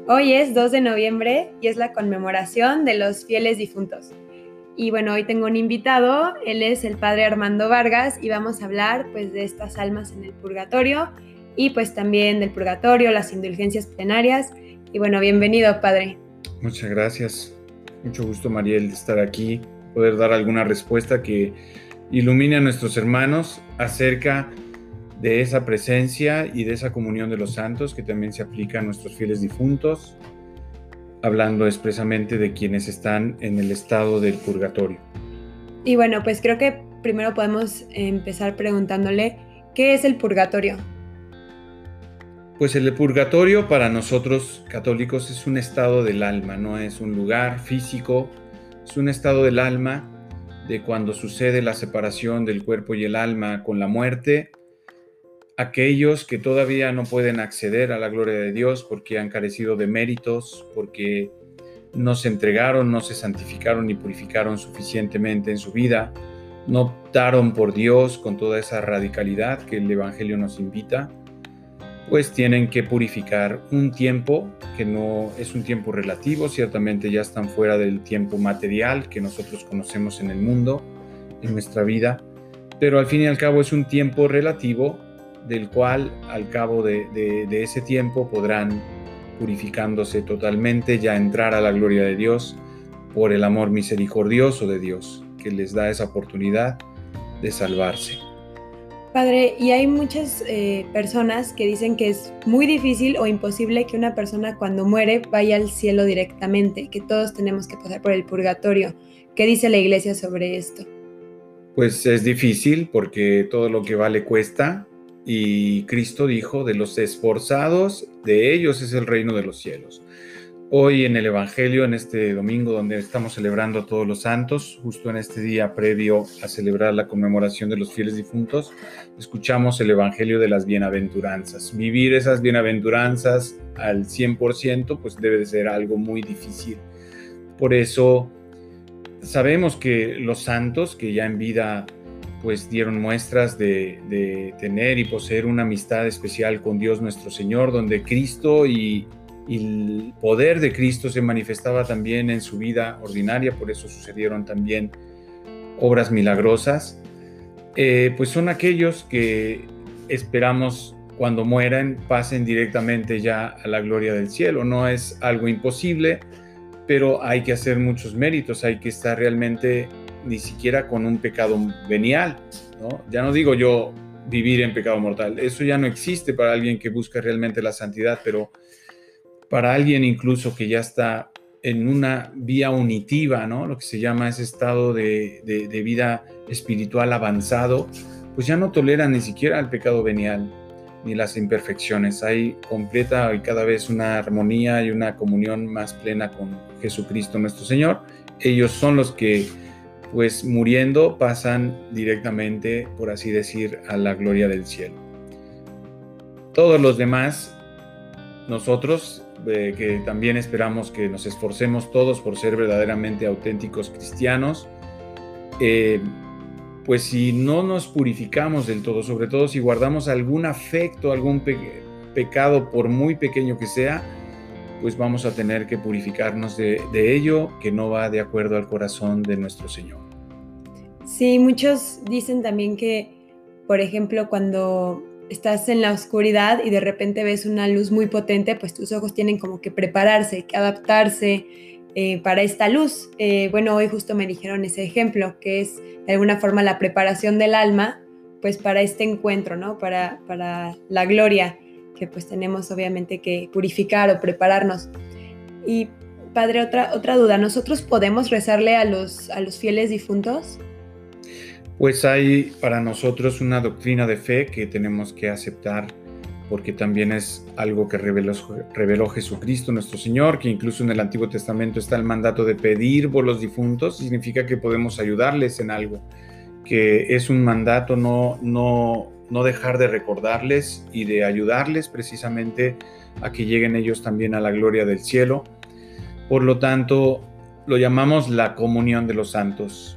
Hoy es 2 de noviembre y es la conmemoración de los fieles difuntos. Y bueno, hoy tengo un invitado, él es el padre Armando Vargas y vamos a hablar pues de estas almas en el purgatorio y pues también del purgatorio, las indulgencias plenarias. Y bueno, bienvenido, padre. Muchas gracias. Mucho gusto, Mariel, de estar aquí, poder dar alguna respuesta que ilumine a nuestros hermanos acerca de esa presencia y de esa comunión de los santos que también se aplica a nuestros fieles difuntos, hablando expresamente de quienes están en el estado del purgatorio. Y bueno, pues creo que primero podemos empezar preguntándole, ¿qué es el purgatorio? Pues el purgatorio para nosotros católicos es un estado del alma, no es un lugar físico, es un estado del alma de cuando sucede la separación del cuerpo y el alma con la muerte. Aquellos que todavía no pueden acceder a la gloria de Dios porque han carecido de méritos, porque no se entregaron, no se santificaron ni purificaron suficientemente en su vida, no optaron por Dios con toda esa radicalidad que el Evangelio nos invita, pues tienen que purificar un tiempo que no es un tiempo relativo, ciertamente ya están fuera del tiempo material que nosotros conocemos en el mundo, en nuestra vida, pero al fin y al cabo es un tiempo relativo del cual al cabo de ese tiempo podrán, purificándose totalmente, ya entrar a la gloria de Dios por el amor misericordioso de Dios que les da esa oportunidad de salvarse. Padre, y hay muchas personas que dicen que es muy difícil o imposible que una persona cuando muere vaya al cielo directamente, que todos tenemos que pasar por el purgatorio. ¿Qué dice la Iglesia sobre esto? Pues es difícil porque todo lo que vale cuesta, y Cristo dijo, de los esforzados, de ellos es el reino de los cielos. Hoy en el Evangelio, en este domingo donde estamos celebrando a todos los santos, justo en este día previo a celebrar la conmemoración de los fieles difuntos, escuchamos el Evangelio de las bienaventuranzas. Vivir esas bienaventuranzas al 100% pues debe de ser algo muy difícil. Por eso sabemos que los santos que ya en vida pues dieron muestras de tener y poseer una amistad especial con Dios nuestro Señor, donde Cristo y el poder de Cristo se manifestaba también en su vida ordinaria, por eso sucedieron también obras milagrosas, pues son aquellos que esperamos cuando mueran pasen directamente ya a la gloria del cielo. No es algo imposible, pero hay que hacer muchos méritos, hay que estar realmente ni siquiera con un pecado venial, ¿no? Ya no digo yo vivir en pecado mortal, eso ya no existe para alguien que busca realmente la santidad, pero para alguien incluso que ya está en una vía unitiva, ¿no? Lo que se llama ese estado de vida espiritual avanzado, pues ya no tolera ni siquiera el pecado venial ni las imperfecciones. Hay completa y cada vez una armonía y una comunión más plena con Jesucristo nuestro Señor. Ellos son los que, pues muriendo, pasan directamente, por así decir, a la gloria del cielo. Todos los demás, nosotros, que también esperamos que nos esforcemos todos por ser verdaderamente auténticos cristianos, pues si no nos purificamos del todo, sobre todo si guardamos algún afecto, algún pecado, por muy pequeño que sea, pues vamos a tener que purificarnos de ello, que no va de acuerdo al corazón de nuestro Señor. Sí, muchos dicen también que, por ejemplo, cuando estás en la oscuridad y de repente ves una luz muy potente, pues tus ojos tienen como que prepararse, que adaptarse para esta luz. Bueno, hoy justo me dijeron ese ejemplo, que es de alguna forma la preparación del alma, pues para este encuentro, ¿no? Para la gloria, que pues tenemos obviamente que purificar o prepararnos. Y padre, otra duda, ¿nosotros podemos rezarle a los fieles difuntos? Pues hay para nosotros una doctrina de fe que tenemos que aceptar, porque también es algo que reveló Jesucristo nuestro Señor, que incluso en el Antiguo Testamento está el mandato de pedir por los difuntos. Significa que podemos ayudarles en algo, que es un mandato no dejar de recordarles y de ayudarles precisamente a que lleguen ellos también a la gloria del cielo. Por lo tanto, lo llamamos la comunión de los santos.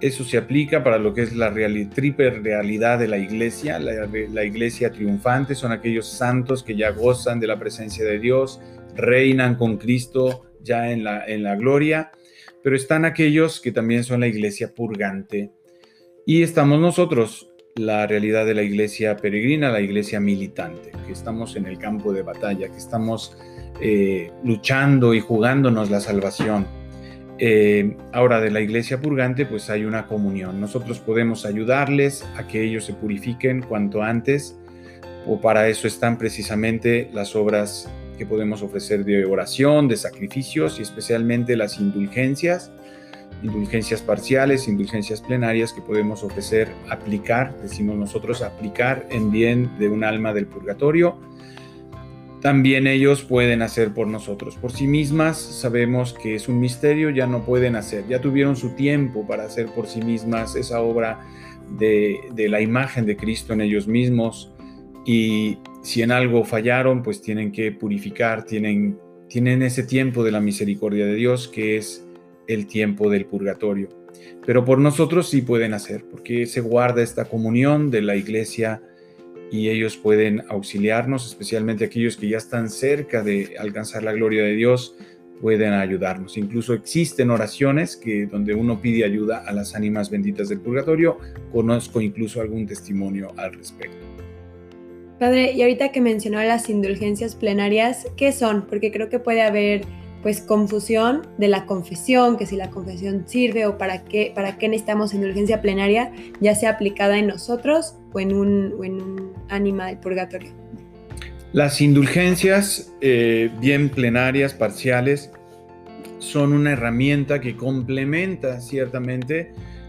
Eso se aplica para lo que es la triple realidad de la iglesia. La iglesia triunfante son aquellos santos que ya gozan de la presencia de Dios, reinan con Cristo ya en la gloria, pero están aquellos que también son la iglesia purgante. Y estamos nosotros, la realidad de la iglesia peregrina, la iglesia militante, que estamos en el campo de batalla, que estamos luchando y jugándonos la salvación. Ahora, de la iglesia purgante, pues hay una comunión. Nosotros podemos ayudarles a que ellos se purifiquen cuanto antes, o para eso están precisamente las obras que podemos ofrecer de oración, de sacrificios y especialmente las indulgencias parciales, indulgencias plenarias que podemos ofrecer, aplicar, decimos nosotros, aplicar en bien de un alma del purgatorio. También ellos pueden hacer por nosotros. Por sí mismas sabemos que es un misterio, ya no pueden hacer, ya tuvieron su tiempo para hacer por sí mismas esa obra de la imagen de Cristo en ellos mismos, y si en algo fallaron, pues tienen que purificar, tienen ese tiempo de la misericordia de Dios, que es el tiempo del purgatorio. Pero por nosotros sí pueden hacer, porque se guarda esta comunión de la iglesia y ellos pueden auxiliarnos, especialmente aquellos que ya están cerca de alcanzar la gloria de Dios, pueden ayudarnos. Incluso existen oraciones donde uno pide ayuda a las ánimas benditas del purgatorio. Conozco incluso algún testimonio al respecto. Padre, y ahorita que mencionó las indulgencias plenarias, ¿qué son? Porque creo que puede haber pues confusión de la confesión, que si la confesión sirve o para qué necesitamos indulgencia plenaria, ya sea aplicada en nosotros o en un ánima del purgatorio. Las indulgencias, bien plenarias, parciales, son una herramienta que complementa ciertamente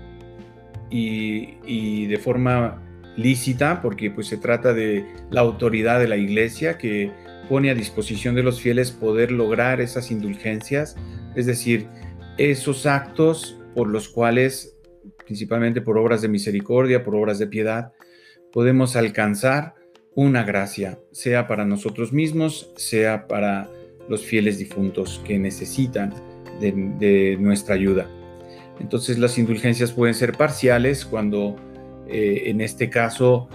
y de forma lícita, porque pues se trata de la autoridad de la iglesia que pone a disposición de los fieles poder lograr esas indulgencias, es decir, esos actos por los cuales, principalmente por obras de misericordia, por obras de piedad, podemos alcanzar una gracia, sea para nosotros mismos, sea para los fieles difuntos que necesitan de nuestra ayuda. Entonces las indulgencias pueden ser parciales cuando en este caso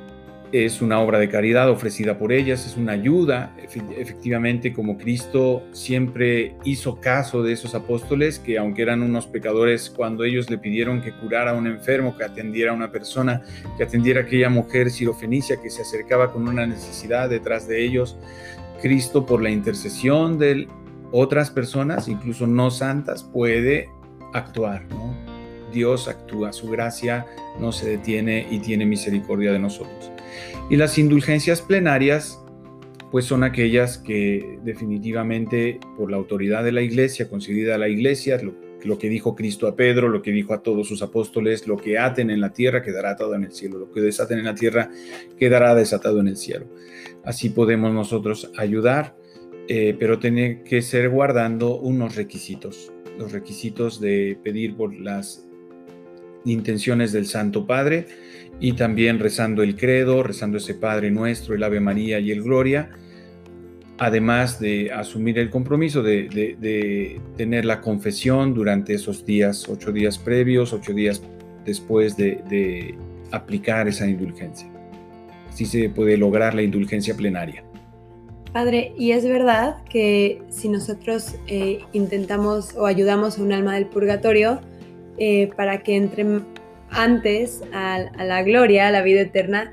es una obra de caridad ofrecida por ellas, es una ayuda, efectivamente, como Cristo siempre hizo caso de esos apóstoles que, aunque eran unos pecadores, cuando ellos le pidieron que curara a un enfermo, que atendiera a una persona, que atendiera a aquella mujer sirofenicia que se acercaba con una necesidad detrás de ellos, Cristo, por la intercesión de otras personas, incluso no santas, puede actuar, ¿no? Dios actúa, su gracia no se detiene y tiene misericordia de nosotros. Y las indulgencias plenarias, pues son aquellas que definitivamente por la autoridad de la iglesia, concedida a la iglesia, lo que dijo Cristo a Pedro, lo que dijo a todos sus apóstoles, lo que aten en la tierra quedará atado en el cielo, lo que desaten en la tierra quedará desatado en el cielo. Así podemos nosotros ayudar, pero tiene que ser guardando unos requisitos, los requisitos de pedir por las intenciones del Santo Padre, y también rezando el credo, rezando ese Padre Nuestro, el Ave María y el Gloria, además de asumir el compromiso de tener la confesión durante esos días, 8 días previos, 8 días después de aplicar esa indulgencia. Así se puede lograr la indulgencia plenaria. Padre, y es verdad que si nosotros intentamos o ayudamos a un alma del purgatorio para que entre antes a la gloria, a la vida eterna,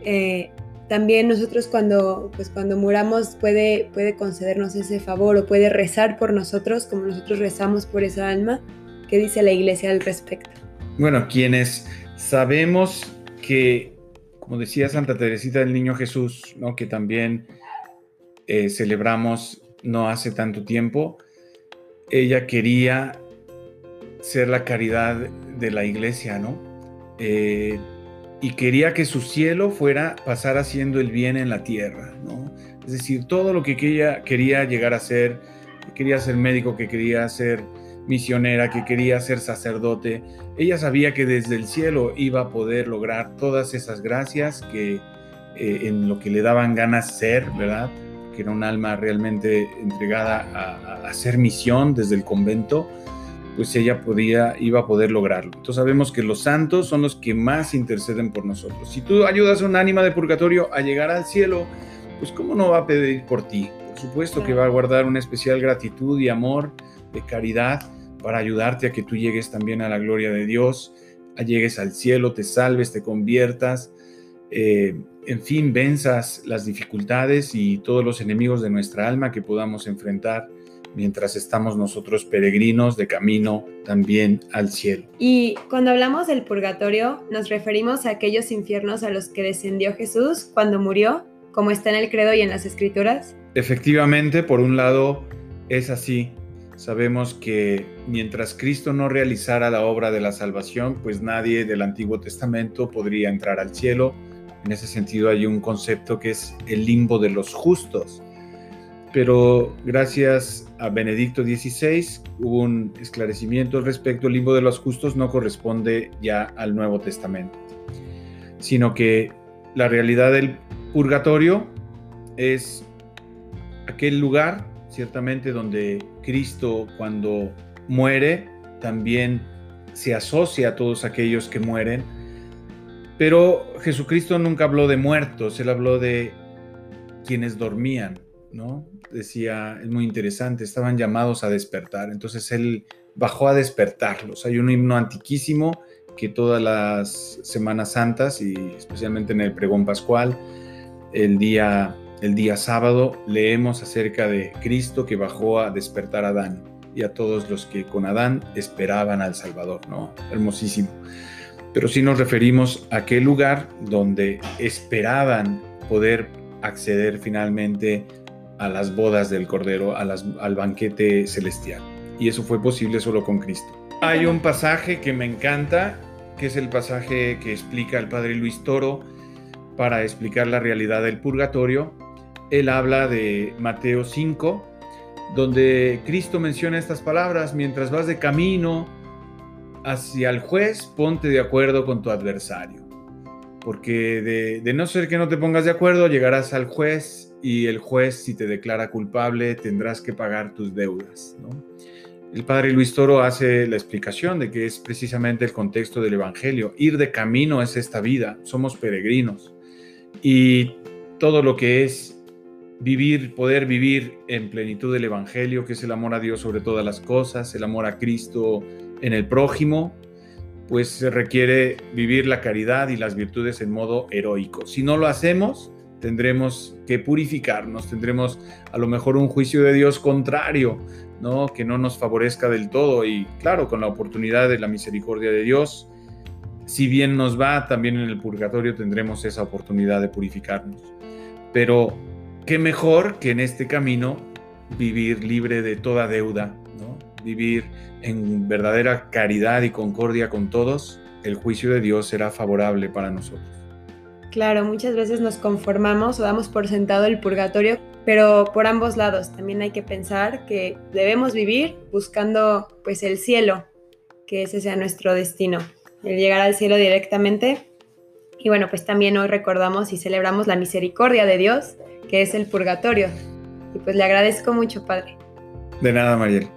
también nosotros cuando muramos puede concedernos ese favor o puede rezar por nosotros como nosotros rezamos por esa alma. ¿Qué dice la iglesia al respecto? Bueno, quienes sabemos que, como decía Santa Teresita del Niño Jesús, ¿no?, que también celebramos no hace tanto tiempo, ella quería ser la caridad de la iglesia, ¿no? Y quería que su cielo pasar haciendo el bien en la tierra, ¿no? Es decir, todo lo que ella quería llegar a ser, que quería ser médico, que quería ser misionera, que quería ser sacerdote, ella sabía que desde el cielo iba a poder lograr todas esas gracias que en lo que le daban ganas ser, ¿verdad? Que era un alma realmente entregada a hacer misión desde el convento. pues ella iba a poder lograrlo. Entonces sabemos que los santos son los que más interceden por nosotros. Si tú ayudas a un ánima de purgatorio a llegar al cielo, pues ¿cómo no va a pedir por ti? Por supuesto que va a guardar una especial gratitud y amor de caridad para ayudarte a que tú llegues también a la gloria de Dios, llegues al cielo, te salves, te conviertas, en fin, venzas las dificultades y todos los enemigos de nuestra alma que podamos enfrentar mientras estamos nosotros peregrinos de camino también al cielo. Y cuando hablamos del purgatorio, nos referimos a aquellos infiernos a los que descendió Jesús cuando murió, como está en el credo y en las escrituras. Efectivamente, por un lado es así. Sabemos que mientras Cristo no realizara la obra de la salvación, pues nadie del Antiguo Testamento podría entrar al cielo. En ese sentido hay un concepto que es el limbo de los justos. Pero gracias a Benedicto XVI hubo un esclarecimiento al respecto. El limbo de los justos no corresponde ya al Nuevo Testamento, sino que la realidad del purgatorio es aquel lugar, ciertamente, donde Cristo, cuando muere, también se asocia a todos aquellos que mueren. Pero Jesucristo nunca habló de muertos, él habló de quienes dormían, ¿no? Decía, es muy interesante, estaban llamados a despertar. Entonces él bajó a despertarlos. Hay un himno antiquísimo que todas las Semanas Santas, y especialmente en el pregón pascual, el día sábado, leemos acerca de Cristo que bajó a despertar a Adán y a todos los que con Adán esperaban al Salvador, ¿no? Hermosísimo. Pero sí nos referimos a aquel lugar donde esperaban poder acceder finalmente a las bodas del Cordero, al banquete celestial. Y eso fue posible solo con Cristo. Hay un pasaje que me encanta, que es el pasaje que explica el padre Luis Toro para explicar la realidad del purgatorio. Él habla de Mateo 5, donde Cristo menciona estas palabras: mientras vas de camino hacia el juez, ponte de acuerdo con tu adversario. Porque de no ser que no te pongas de acuerdo, llegarás al juez y el juez, si te declara culpable, tendrás que pagar tus deudas, ¿no? El padre Luis Toro hace la explicación de que es precisamente el contexto del Evangelio. Ir de camino es esta vida, somos peregrinos. Y todo lo que es vivir, poder vivir en plenitud del Evangelio, que es el amor a Dios sobre todas las cosas, el amor a Cristo en el prójimo, pues se requiere vivir la caridad y las virtudes en modo heroico. Si no lo hacemos, tendremos que purificarnos, tendremos a lo mejor un juicio de Dios contrario, ¿no? Que no nos favorezca del todo. Y claro, con la oportunidad de la misericordia de Dios, si bien nos va, también en el purgatorio tendremos esa oportunidad de purificarnos. Pero qué mejor que en este camino vivir libre de toda deuda, ¿no? Vivir en verdadera caridad y concordia con todos. El juicio de Dios será favorable para nosotros. Claro, muchas veces nos conformamos o damos por sentado el purgatorio, pero por ambos lados también hay que pensar que debemos vivir buscando pues el cielo, que ese sea nuestro destino, el llegar al cielo directamente. Y bueno, pues también hoy recordamos y celebramos la misericordia de Dios, que es el purgatorio. Y pues le agradezco mucho, Padre. De nada, Mariel.